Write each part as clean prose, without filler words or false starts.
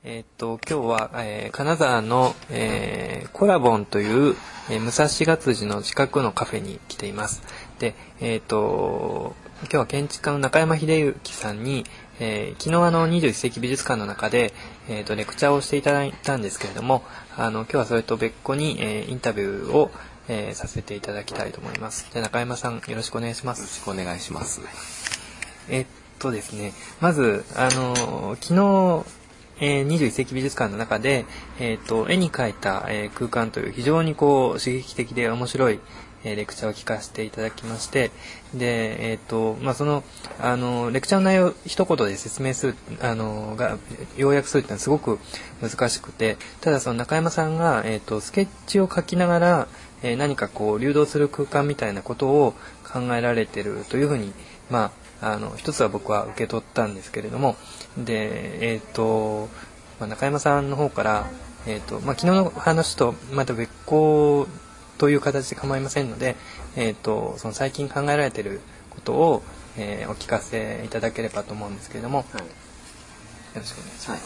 今日は、金沢の、コラボンという、武蔵ヶ辻の近くのカフェに来ています。で、今日は建築家の中山秀幸さんに、昨日21世紀美術館の中で、レクチャーをしていただいたんですけれども、今日はそれと別個に、インタビューを、させていただきたいと思います。じゃあ中山さんよろしくお願いします。 よろしくお願いします。 ですね、まず昨日21世紀美術館の中で、絵に描いた、空間という非常にこう刺激的で面白い、レクチャーを聞かせていただきまして、で、そのレクチャーの内容を一言で説明する要約するってのはすごく難しくて、ただその中山さんが、スケッチを描きながら、何かこう流動する空間みたいなことを考えられているというふうに、一つは僕は受け取ったんですけれども、で、中山さんの方から、昨日の話とまた別個という形で構いませんので、その最近考えられていることを、お聞かせいただければと思うんですけれども、はい、よろしくお願いします。はい、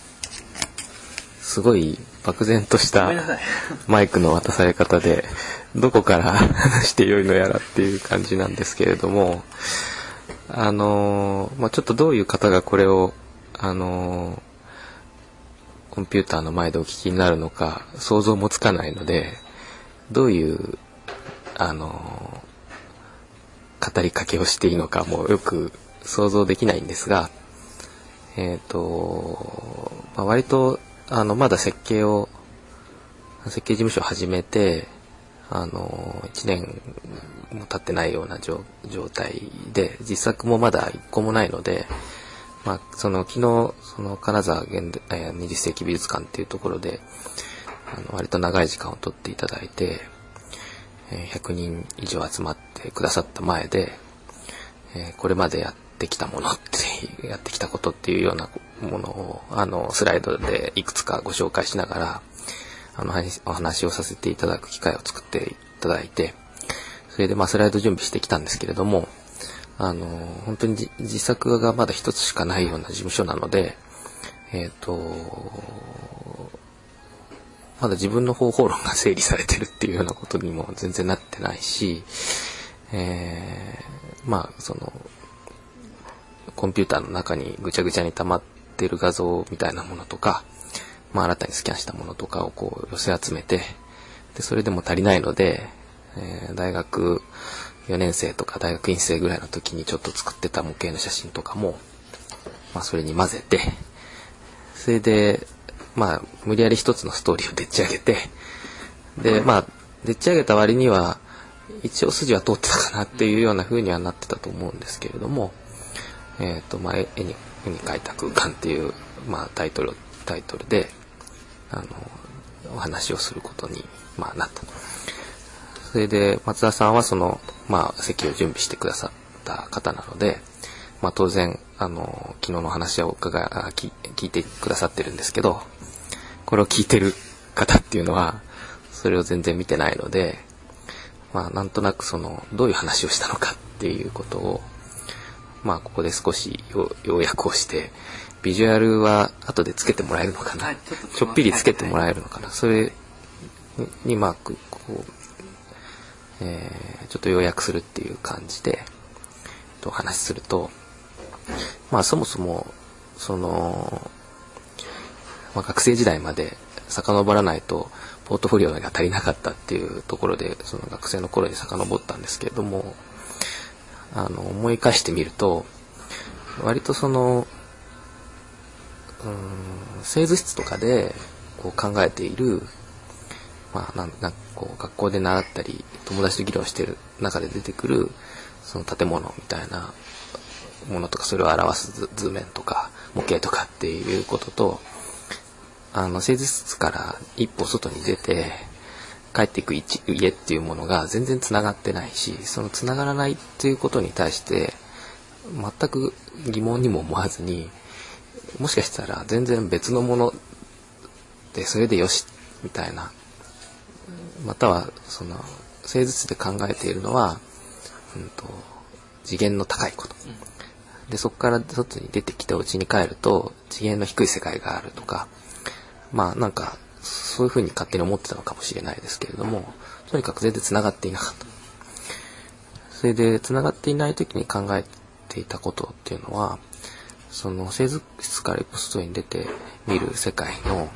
すごい漠然としたマイクの渡され方でどこから話してよいのやらっていう感じなんですけれども、ちょっとどういう方がこれをコンピューターの前でお聞きになるのか想像もつかないので、どういう語りかけをしていいのかもよく想像できないんですが、割とまだ設計事務所を始めて1年も経ってないような状態で、実作もまだ1個もないので、昨日その金沢20世紀美術館っていうところで割と長い時間を取っていただいて、100人以上集まってくださった前で、これまでやってきたことっていうようなものをスライドでいくつかご紹介しながらお話をさせていただく機会を作っていただいて、それでスライド準備してきたんですけれども、本当に自作がまだ一つしかないような事務所なので、まだ自分の方法論が整理されてるっていうようなことにも全然なってないし、そのコンピューターの中にぐちゃぐちゃに溜まってる画像みたいなものとか、新たにスキャンしたものとかをこう寄せ集めて、でそれでも足りないので、大学4年生とか大学院生ぐらいの時にちょっと作ってた模型の写真とかも、それに混ぜて、それで無理やり一つのストーリーをでっち上げて、ででっち上げた割には一応筋は通ってたかなっていうような風にはなってたと思うんですけれども、絵に描いた空間っていう、タイトルでお話をすることに、なった。それで松田さんはその、席を準備してくださった方なので、当然昨日の話を聞いてくださってるんですけど、これを聞いてる方っていうのはそれを全然見てないので、なんとなくどういう話をしたのかっていうことをここで少し要約をして、ビジュアルは後でつけてもらえるのかな、はい、ちょっぴりつけてもらえるのかな、それにちょっと要約するっていう感じでお話しすると、そもそも学生時代まで遡らないとポートフォリオが足りなかったっていうところで、その学生の頃に遡ったんですけれども、思い返してみると割と製図室とかでこう考えている、学校で習ったり友達と議論している中で出てくるその建物みたいなものとか、それを表す図面とか模型とかっていうことと、製図室から一歩外に出て帰っていく家っていうものが全然つながってないし、そのつながらないっていうことに対して全く疑問にも思わずに、もしかしたら全然別のものでそれでよしみたいな、またはその製図室で考えているのは、次元の高いこと、 でそこから外に出てきてお家に帰ると次元の低い世界があるとか、まあなんかそういうふうに勝手に思ってたのかもしれないですけれども、とにかく全然繋がっていなかった。それで繋がっていない時に考えていたことっていうのは、その生物室から外に出て見る世界の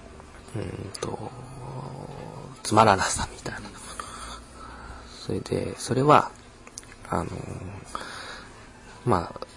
つまらなさみたいな。それでそれはまあ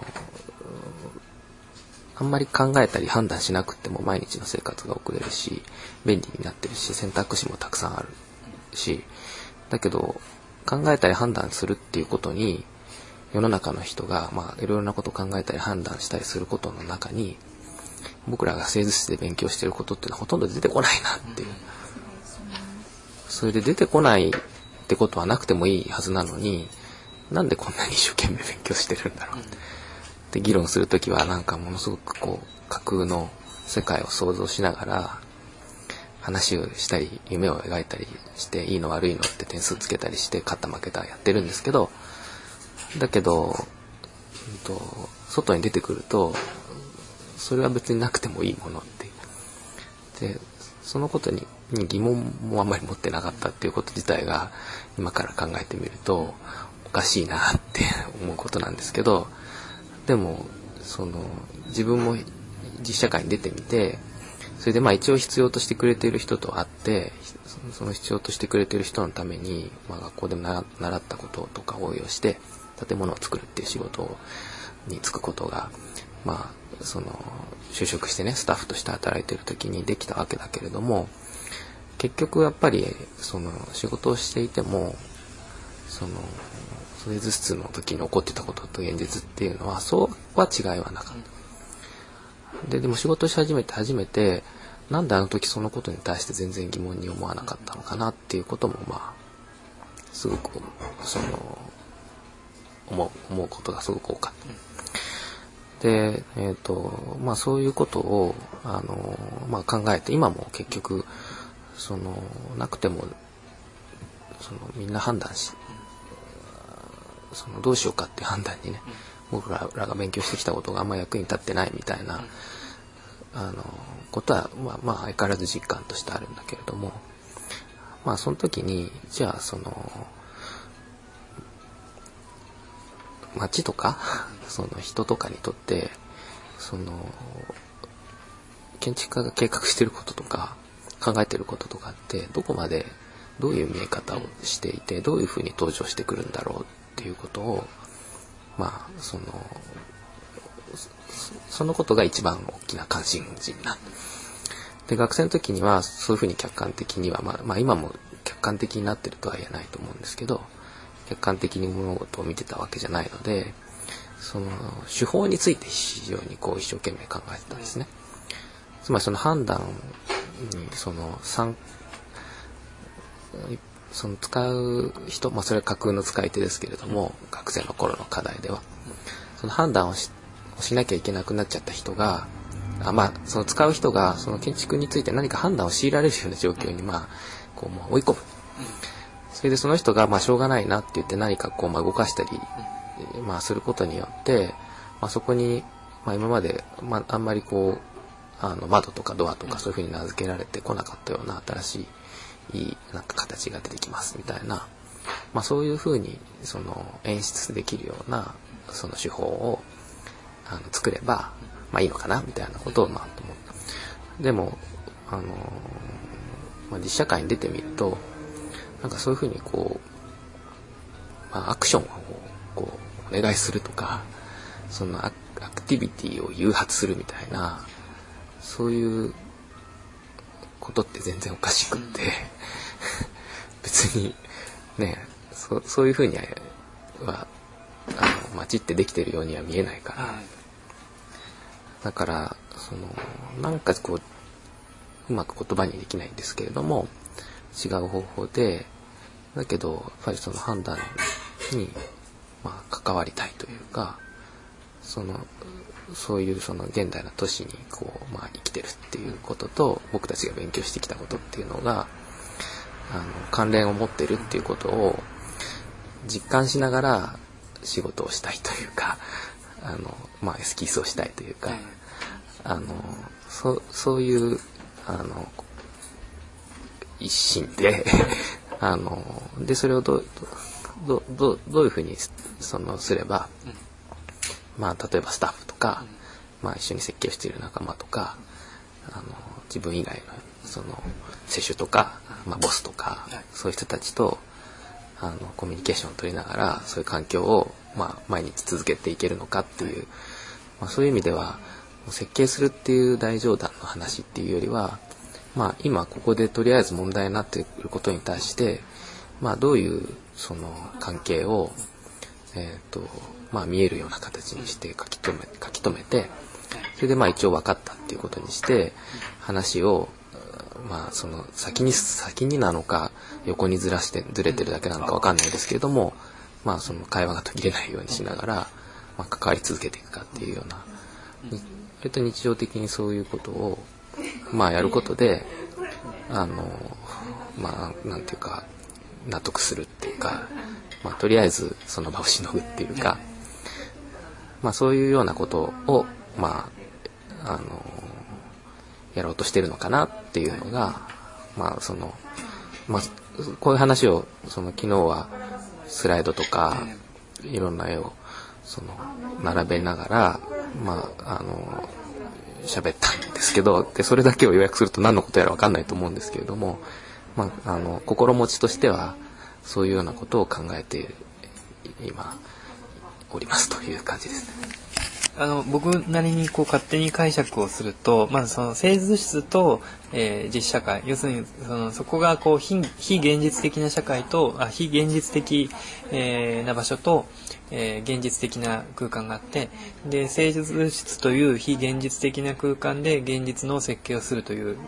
あんまり考えたり判断しなくても毎日の生活が送れるし、便利になってるし、選択肢もたくさんあるし、だけど考えたり判断するっていうことに、世の中の人がいろいろなことを考えたり判断したりすることの中に、僕らが生物室で勉強していることっていうのはほとんど出てこないなっていう。それで出てこないってことはなくてもいいはずなのに、なんでこんなに一生懸命勉強してるんだろうって議論するときは、なんかものすごくこう架空の世界を想像しながら話をしたり夢を描いたりして、いいの悪いのって点数つけたりして勝った負けたやってるんですけど、だけど、外に出てくるとそれは別になくてもいいものってで、そのことに疑問もあんまり持ってなかったっていうこと自体が今から考えてみるとおかしいなって思うことなんですけど、でも自分も実社会に出てみて、それで一応必要としてくれている人と会って、その必要としてくれている人のために、学校でも習ったこととか応用して建物を作るっていう仕事に就くことが、就職してね、スタッフとして働いている時にできたわけだけれども、結局やっぱり仕事をしていても生物室の時に起こってたことと現実っていうのはそうは違いはなかった。でも仕事し始めて初めて、なんであの時そのことに対して全然疑問に思わなかったのかなっていうこともすごく思うことがすごく多かった。で、そういうことを考えて、今も結局なくてもみんな判断し、どうしようかっていう判断にね、僕らが勉強してきたことがあんま役に立ってないみたいなことは相変わらず実感としてあるんだけれども、その時にじゃあ街とか人とかにとって建築家が計画していることとか考えていることとかってどこまでどういう見え方をしていて、どういうふうに登場してくるんだろうっていうことをそのことが一番大きな関心事になった。で、学生の時にはそういうふうに客観的には今も客観的になってるとは言えないと思うんですけど、客観的に物事を見てたわけじゃないので、手法について非常に一生懸命考えてたんですね。つまり判断に使う人、それは架空の使い手ですけれども、学生の頃の課題では判断を しなきゃいけなくなっちゃった人が、使う人が建築について何か判断を強いられるような状況に追い込む。それでその人がしょうがないなって言って何か動かしたり、することによって、そこに、今まで、あんまり窓とかドアとかそういうふうに名付けられてこなかったような新しいなんか形が出てきますみたいな、そういうふうに演出できるような手法を作ればいいのかなみたいなことをと思った。でも実社会に出てみると、なんかそういうふうにアクションをお願いするとか、アクティビティを誘発するみたいな、そういうことって全然おかしくって別にね、そういうふうには街ってできてるようには見えないから、だからなんかうまく言葉にできないんですけれども、違う方法で、だけどやっぱり判断に関わりたいというか、そういう現代の都市に生きてるっていうことと、僕たちが勉強してきたことっていうのが関連を持ってるっていうことを実感しながら仕事をしたいというか、 エスキースをしたいというか、そういう一心ででそれをどういうふうにすれば、例えばスタッフとか、一緒に設計をしている仲間とか自分以外の施主とか、ボスとか、そういう人たちとコミュニケーションを取りながらそういう環境を、毎日続けていけるのかっていう、そういう意味では設計するっていう大冗談の話っていうよりは、今ここでとりあえず問題になっていることに対して、どういうその関係を、見えるような形にして書き留めて、それで一応分かったっていうことにして話を、その先になのか横にずれてるだけなのか分かんないですけれども、その会話が途切れないようにしながら、関わり続けていくかっていうような、割と日常的にそういうことをやることでなんていうか納得するっていうか、とりあえずその場をしのぐっていうか、そういうようなことをやろうとしてるのかなっていうのが、こういう話を昨日はスライドとかいろんな絵を並べながら喋ったんですけど、でそれだけを要約すると何のことやら分かんないと思うんですけれども、心持ちとしてはそういうようなことを考えて今おりますという感じですね。 僕なりに勝手に解釈をすると、まずその製図室と、実社会、要するにそこが非現実的な社会と非現実的、な場所と、現実的な空間があって、で製図室という非現実的な空間で現実の設計をするという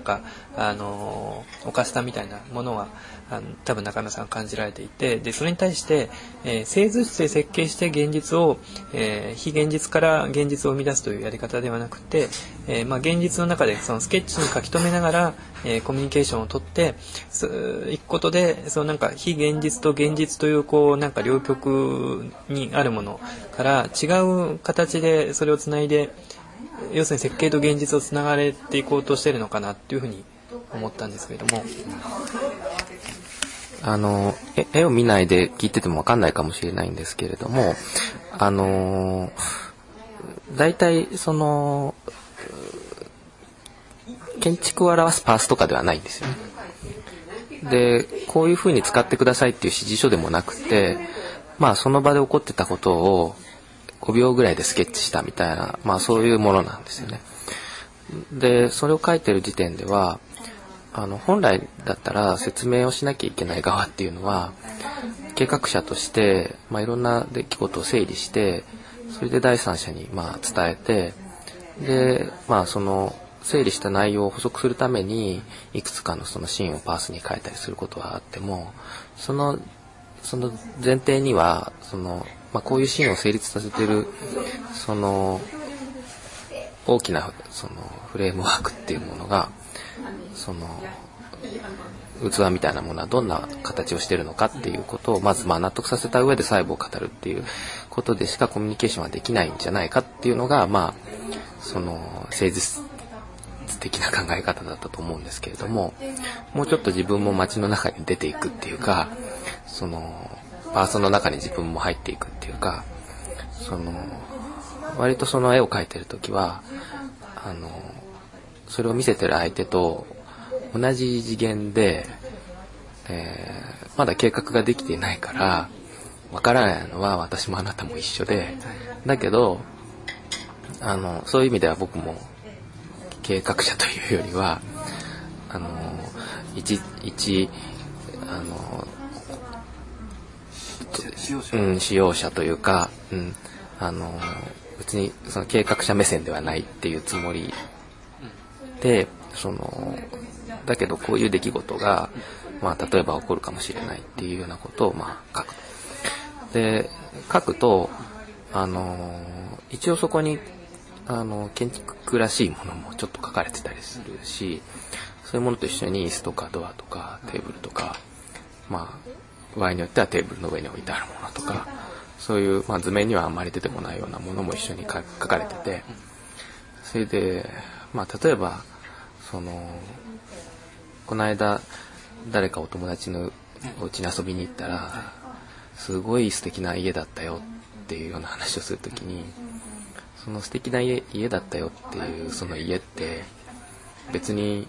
おかしさみたいなものは多分中野さん感じられていて、でそれに対して、製図室で設計して現実を、非現実から現実を生み出すというやり方ではなくて、現実の中でそのスケッチに書き留めながら、コミュニケーションをとっていくことで、非現実と現実という両極にあるものから違う形でそれをつないで、要するに設計と現実をつながれていこうとしているのかなっていうふうに思ったんですけれども、 絵を見ないで聞いてても分かんないかもしれないんですけれども、大体建築を表すパースとかではないんですよね。でこういう風に使ってくださいっていう指示書でもなくて、その場で起こってたことを5秒ぐらいでスケッチしたみたいな、そういうものなんですよね。でそれを書いてる時点では本来だったら説明をしなきゃいけない側っていうのは計画者として、いろんな出来事を整理して、それで第三者に伝えて、でその整理した内容を補足するためにいくつかのそのシーンをパースに変えたりすることはあっても、その前提にはこういうシーンを成立させている大きなフレームワークっていうものが器みたいなものはどんな形をしているのかっていうことをまず納得させた上で細部を語るっていうことでしかコミュニケーションはできないんじゃないかっていうのが誠実的な考え方だったと思うんですけれども、もうちょっと自分も街の中に出ていくっていうか、パーソンの中に自分も入っていくっていうか、割とその絵を描いてる時はそれを見せてる相手と同じ次元で、まだ計画ができていないからわからないのは私もあなたも一緒で、だけどそういう意味では僕も計画者というよりは使用者というか、別にその計画者目線ではないっていうつもりで、だけどこういう出来事が、例えば起こるかもしれないっていうようなことを書く。で書くと一応そこに建築らしいものもちょっと書かれてたりするし、そういうものと一緒に椅子とかドアとかテーブルとか、場合によってはテーブルの上に置いてあるものとか、 そういう、まあ、図面にはあんまり出てこないようなものも一緒に書かれてて、それで、まあ、例えばこの間誰かお友達のお家に遊びに行ったらすごい素敵な家だったよっていうような話をするときに、その素敵な家だったよっていうその家って別に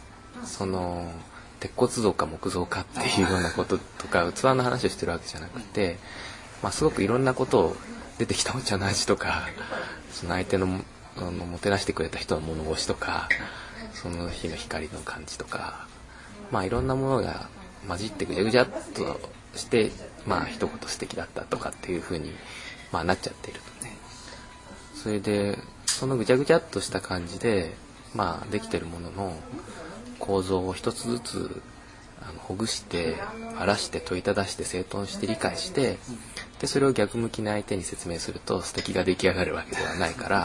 鉄骨造か木造かっていうようなこととか器の話をしてるわけじゃなくて、まあ、すごくいろんなことを出てきたお茶の味とか、その相手のもてなしてくれた人の物腰とか、その日の光の感じとか、まあいろんなものが混じってぐちゃぐちゃっとして、まあ一言素敵だったとかっていう風に、まあ、なっちゃっているとね。それでそのぐちゃぐちゃっとした感じで、まあ、できてるものの構造を一つずつほぐして荒らして問いただして整頓して理解して、でそれを逆向きな相手に説明すると素敵が出来上がるわけではないから、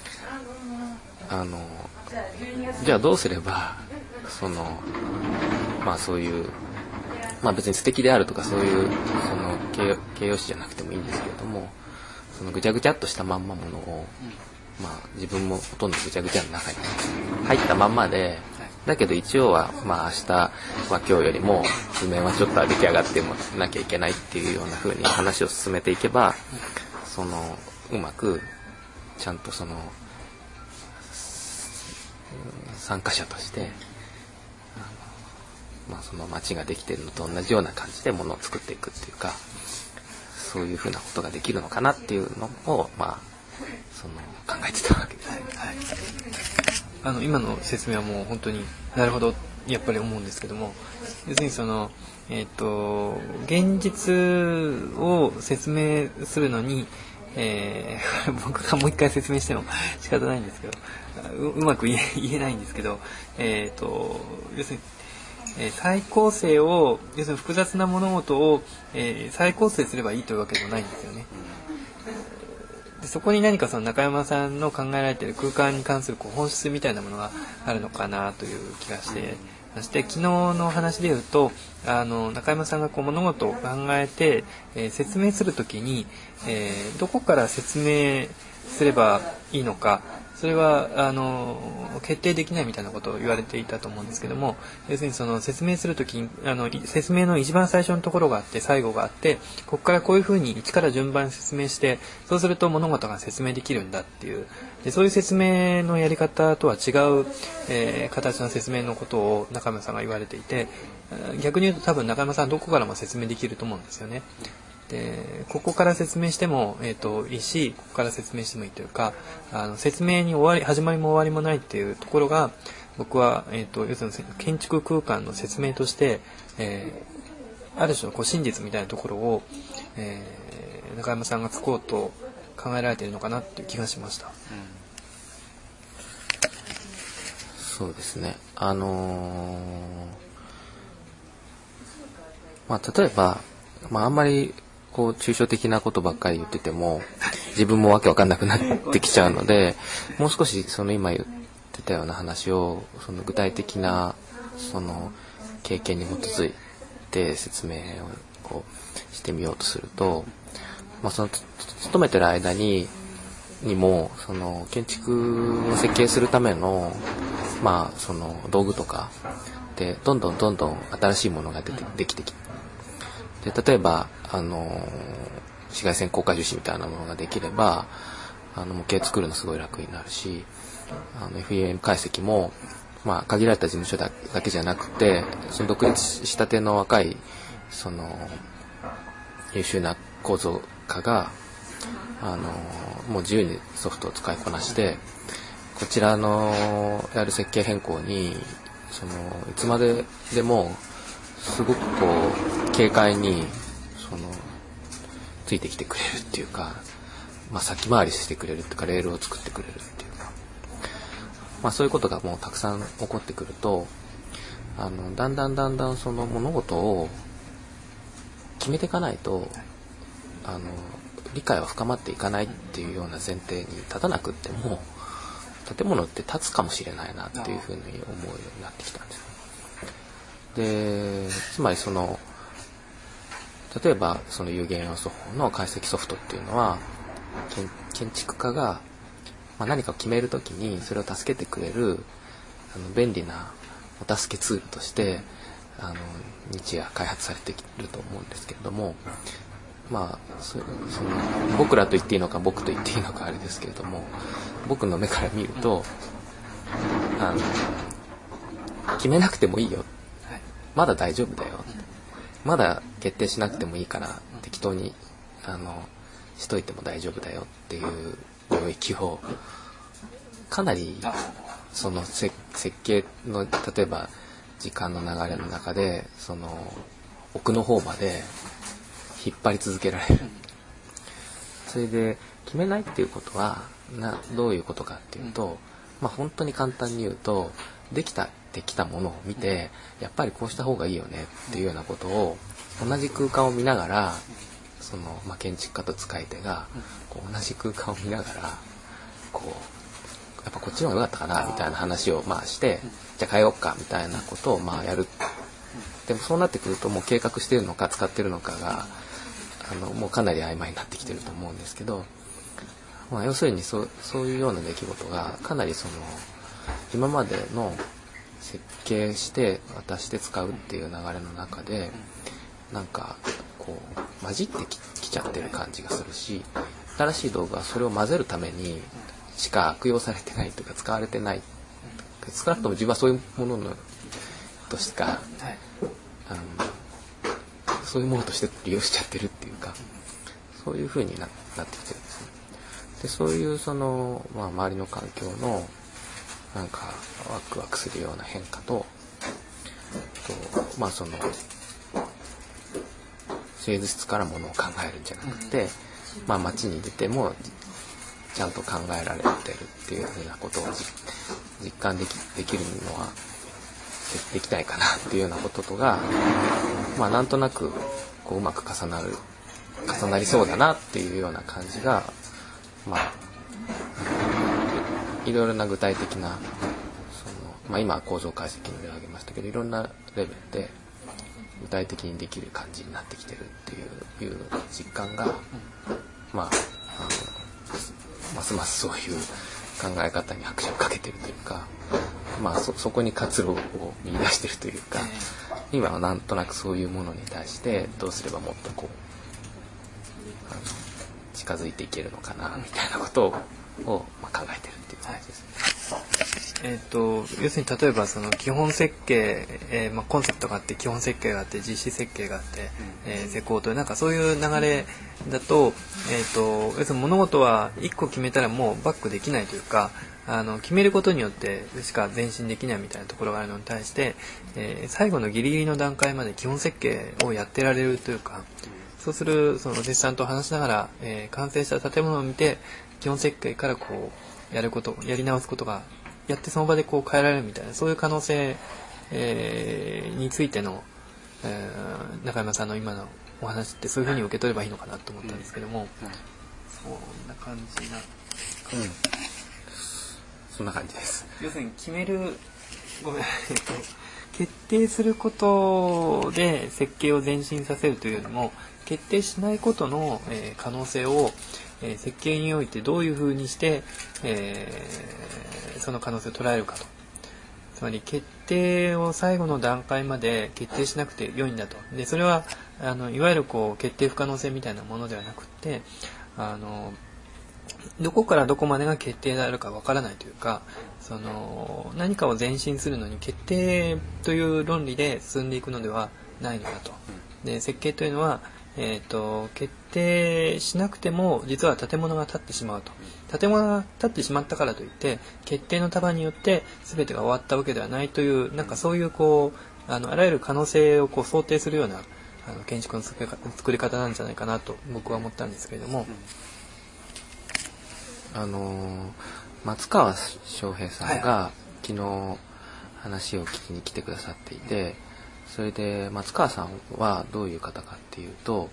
じゃあどうすればまあそういう、まあ別に素敵であるとかそういう形容詞じゃなくてもいいんですけれども、そのぐちゃぐちゃっとしたまんまものを、まあ自分もほとんどぐちゃぐちゃの中に入ったまんまで、だけど一応はまあ明日は今日よりも図面はちょっと出来上がってもなきゃいけないっていうような風に話を進めていけば、うまくちゃんと参加者としてまあその街ができているのと同じような感じでものを作っていくっていうか、そういう風なことができるのかなっていうのをまあ考えてたわけです。 はい、今の説明はもう本当になるほどやっぱり思うんですけども、要するに現実を説明するのに、僕がもう一回説明しても仕方ないんですけど、うまく言えないんですけど、要するに再構成を、要するに複雑な物事を、再構成すればいいというわけでもないんですよね。でそこに何か中山さんの考えられている空間に関する本質みたいなものがあるのかなという気がしてまして、昨日の話でいうと中山さんが物事を考えて、説明するときに、どこから説明すればいいのか、それは決定できないみたいなことを言われていたと思うんですけども、要するに説明するときに説明の一番最初のところがあって最後があって、ここからこういうふうに一から順番に説明して、そうすると物事が説明できるんだっていう、でそういう説明のやり方とは違う、形の説明のことを中山さんが言われていて、逆に言うと多分中山さんはどこからも説明できると思うんですよね。でここから説明しても、いいし、ここから説明してもいいというか、説明に始まりも終わりもないっていうところが、僕は、要するに建築空間の説明として、ある種の真実みたいなところを、中山さんが作ろうと考えられているのかなっていう気がしました。 そうですね。まあ、例えば、まあ、あんまり抽象的なことばっかり言ってても自分もわけわかんなくなってきちゃうので、もう少し今言ってたような話を具体的な経験に基づいて説明をしてみようとすると、まあ、勤めてる間にも建築を設計するための、まあ、道具とかでどんどん新しいものができてきて、で例えば紫外線硬化樹脂みたいなものができれば模型作るのすごい楽になるし、FEM 解析も、まあ、限られた事務所だけじゃなくて独立したての若い優秀な構造家がもう自由にソフトを使いこなして、こちらのやる設計変更にいつまででもすごく軽快についてきてくれるっていうか、まあ、先回りしてくれるっていうか、レールを作ってくれるっていうか、まあ、そういうことがもうたくさん起こってくるとだんだん物事を決めていかないと理解は深まっていかないっていうような前提に立たなくっても建物って建つかもしれないなっていうふうに思うようになってきたんです。でつまり例えばその有限要素法の解析ソフトっていうのは建築家が、何かを決めるときにそれを助けてくれる便利なお助けツールとして日夜開発されていると思うんですけれども、その僕らと言っていいのか僕と言っていいのかあれですけれども、僕の目から見ると決めなくてもいいよ、まだ大丈夫だよ、まだ決定しなくてもいいから適当にしといても大丈夫だよっていう領域をかなりその設計の例えば時間の流れの中でその奥の方まで引っ張り続けられる。それで決めないっていうことはどういうことかっていうと、本当に簡単に言うとできたものを見てやっぱりこうした方がいいよねっていうようなことを同じ空間を見ながらその、建築家と使い手がこう同じ空間を見ながらこうやっぱこっちの方が良かったかなみたいな話をしてじゃあ変えようかみたいなことをやる。でもそうなってくるともう計画してるのか使ってるのかがもうかなり曖昧になってきてると思うんですけど、要するにそういうような出来事がかなりその今までの設計して渡して使うっていう流れの中でなんかこう混じってきちゃってる感じがするし、新しい道具はそれを混ぜるためにしか悪用されてないというか使われてない、少なくとも自分はそういうものとしか、そういうものとして利用しちゃってるっていうか、そういう風になってきてるんですね。でそういうその、周りの環境のなんかワクワクするような変化とその製図室からものを考えるんじゃなくて、街に出てもちゃんと考えられてるっていうふうなことを実感できるのはできないかなっていうようなこととが、なんとなくこううまく重なりそうだなっていうような感じが、いろいろな具体的なその、今は構造解析の例を挙げましたけど、いろんなレベルで具体的にできる感じになってきてるっていう実感が、ますますそういう考え方に拍車をかけてるというか、そこに活路を見出してるというか、今はなんとなくそういうものに対してどうすればもっとこう近づいていけるのかなみたいなことを考えてるっていう感じですね。 要するに例えばその基本設計、コンセプトがあって基本設計があって実施設計があって、施工というなんかそういう流れだと、要するに物事は1個決めたらもうバックできないというか、決めることによってしか前進できないみたいなところがあるのに対して、最後のギリギリの段階まで基本設計をやってられるというか、そうするそのお弟子さんと話しながら、完成した建物を見て基本設計からこうやり直すことがやってその場でこう変えられるみたいな、そういう可能性、についての、中山さんの今のお話ってそういうふうに受け取ればいいのかなと思ったんですけども、そんな感じな、 そんな感じです。 要するに決定することで設計を前進させるというよりも、決定しないことの、可能性を、設計においてどういうふうにして、その可能性を捉えるかと。つまり決定を最後の段階まで決定しなくて良いんだと。でそれはいわゆるこう決定不可能性みたいなものではなくて、どこからどこまでが決定であるかわからないというか、その何かを前進するのに決定という論理で進んでいくのではないのだと。で設計というのは、決定しなくても実は建物が建ってしまうと。建物が建ってしまったからといって決定の束によって全てが終わったわけではないという、なんかそういうこうあらゆる可能性をこう想定するような建築の作り方なんじゃないかなと僕は思ったんですけれども、 松川翔平さんが昨日話を聞きに来てくださっていて、それで松川さんはどういう方かっていうと、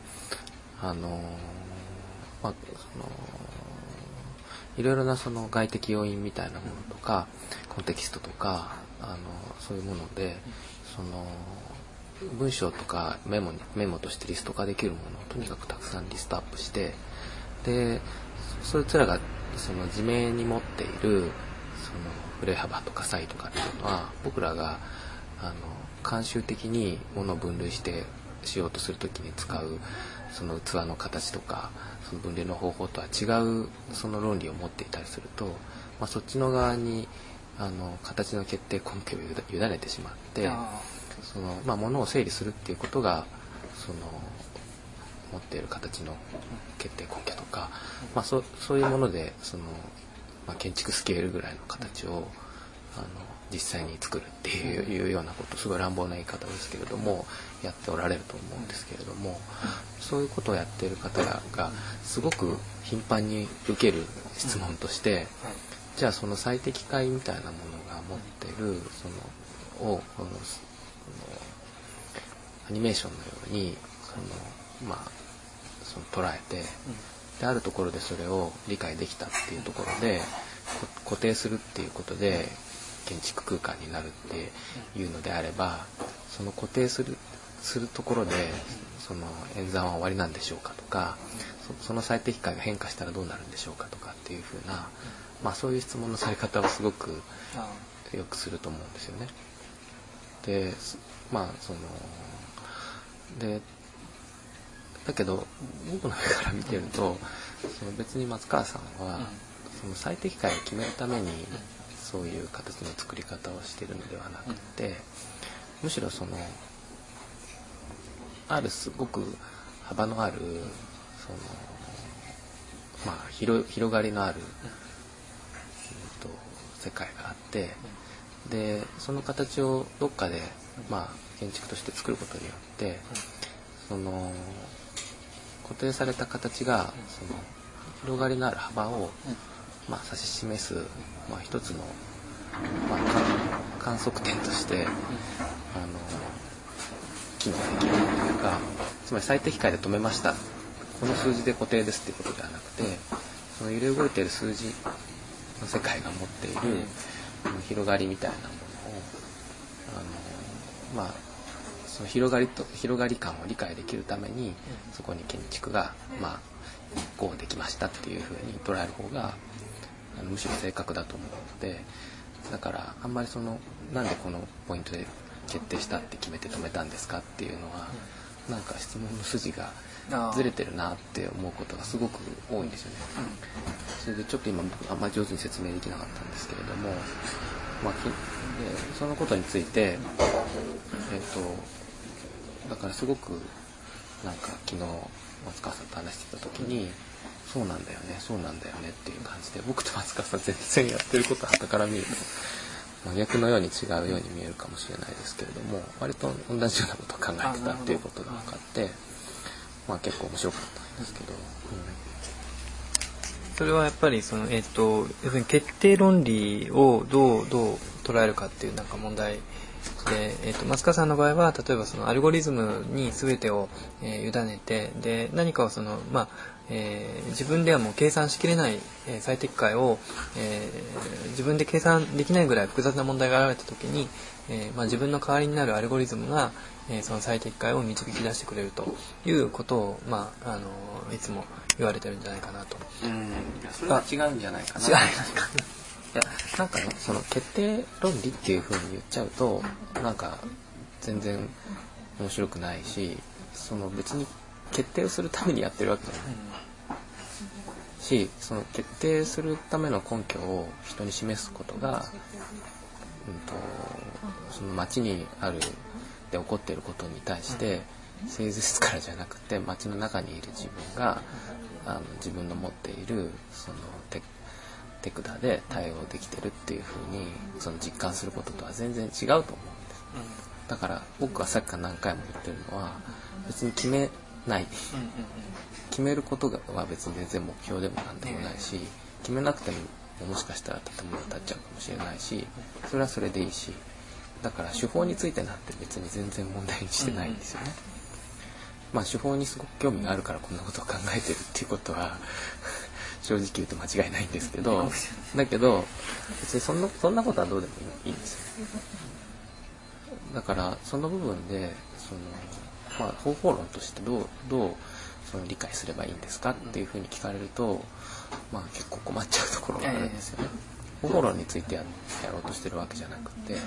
いろいろなその外的要因みたいなものとかコンテキストとかそういうものでその文章とかメモとしてリスト化できるものをとにかくたくさんリストアップして、でそいつらがその地名に持っているその振れ幅とか差異とかっていうのは、僕らが慣習的にものを分類してしようとするときに使うその器の形とかその分類の方法とは違うその論理を持っていたりすると、そっちの側に形の決定根拠を委ねてしまって、そのものを整理するっていうことがその持っている形の決定根拠とか、そういうものでその、建築スケールぐらいの形を実際に作るっていうようなこと、すごい乱暴な言い方ですけれどもやっておられると思うんですけれども、そういうことをやっている方がすごく頻繁に受ける質問として、じゃあその最適解みたいなものが持っているそのアニメーションのようにその捉えて、であるところでそれを理解できたっていうところで固定するっていうことで建築空間になるっていうのであれば、その固定するところでその演算は終わりなんでしょうかとか、その最適解が変化したらどうなるんでしょうかとかっていうふうな、そういう質問のされ方をすごくよくすると思うんですよね。でだけど僕の目から見てると、その別に松川さんはその最適解を決めるためにそういう形の作り方をしているのではなくて、むしろそのあるすごく幅のあるその広がりのある世界があって、でその形をどっかで建築として作ることによってその固定された形がその広がりのある幅を指し示す一つの観測点として機能できるというか、つまり最適解で止めました、この数字で固定ですっていうことではなくて、その揺れ動いている数字の世界が持っている広がりみたいなものをその広がり感を理解できるために、そこに建築がこうできましたっていうふうに捉える方がむしろ正確だと思うので、だからあんまりなんでこのポイントで決定したって決めて止めたんですかっていうのは、なんか質問の筋がずれてるなって思うことがすごく多いんですよね。それでちょっと今僕あんまり上手に説明できなかったんですけれども、そのことについてだからすごくなんか昨日松川さんと話してた時に、そうなんだよねっていう感じで、僕と松川さん全然やってることは傍から見ると真逆のように違うように見えるかもしれないですけれども、割と同じようなことを考えてたっていうことが分かって、結構面白かったんですけど、 それはやっぱり要するに決定論理をどう捉えるかっていうなんか問題で、松川さんの場合は例えばそのアルゴリズムに全てを、委ねて、で何かを自分ではもう計算しきれない、最適解を、自分で計算できないぐらい複雑な問題が現れた時に、自分の代わりになるアルゴリズムが、その最適解を導き出してくれるということを、いつも言われてるんじゃないかなと。 それは違うんじゃないかな。 違ういやなんかね、その決定論理っていう風に言っちゃうとなんか全然面白くないし、その別に決定をするためにやってるわけじゃない、し、その決定するための根拠を人に示すことが、その街にあるで起こっていることに対して誠実からじゃなくて、街の中にいる自分が自分の持っているその手札で対応できてるっていうふうにその実感することとは全然違うと思うんです。だから僕はさっきから何回も言ってるのは、別に決めない、決めることは別に全然目標でもなんでもないし、決めなくてももしかしたら建物建っちゃうかもしれないし、それはそれでいいし、だから手法についてなんて別に全然問題にしてないんですよね。手法にすごく興味があるからこんなことを考えてるっていうことは正直言うと間違いないんですけど、だけど別にそんなことはどうでもいいんですよ。 だからその部分で方法論としてどうその理解すればいいんですかっていうふうに聞かれると、結構困っちゃうところがあるんですよね。方法論についてやろうとしてるわけじゃなくて、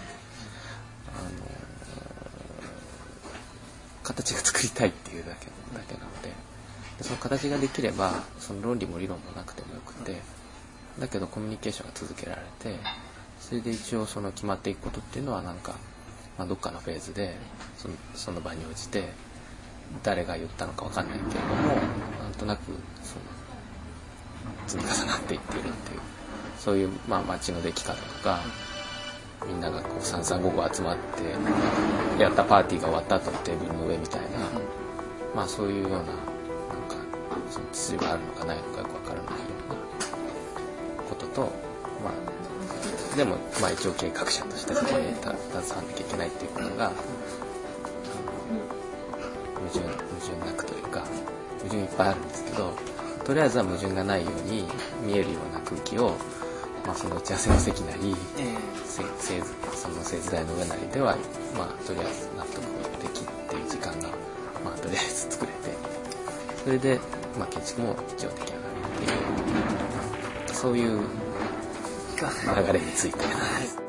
形が作りたいっていうだけなので、その形ができればその論理も理論もなくてもよくて、だけどコミュニケーションが続けられて、それで一応その決まっていくことっていうのはどっかのフェーズでその場に応じて誰が言ったのか分かんないけれども、なんとなく積み重なっていっているっていう、そういう街の出来方とか、みんなが三々五々集まってやったパーティーが終わった後のテーブルの上みたいな、そういうようなその秩序があるのかないのかよく分からないようなことと、でも一応計画者としてそこに携わらなきゃいけないっていうことが矛盾なくというか、矛盾いっぱいあるんですけど、とりあえずは矛盾がないように見えるような空気を、その打ち合わせの席なり、その製図台の上なりでは、とりあえず納得できっていう時間が、とりあえず作れて、それで、建築も一応出来上がるっていう、そういう流れについて。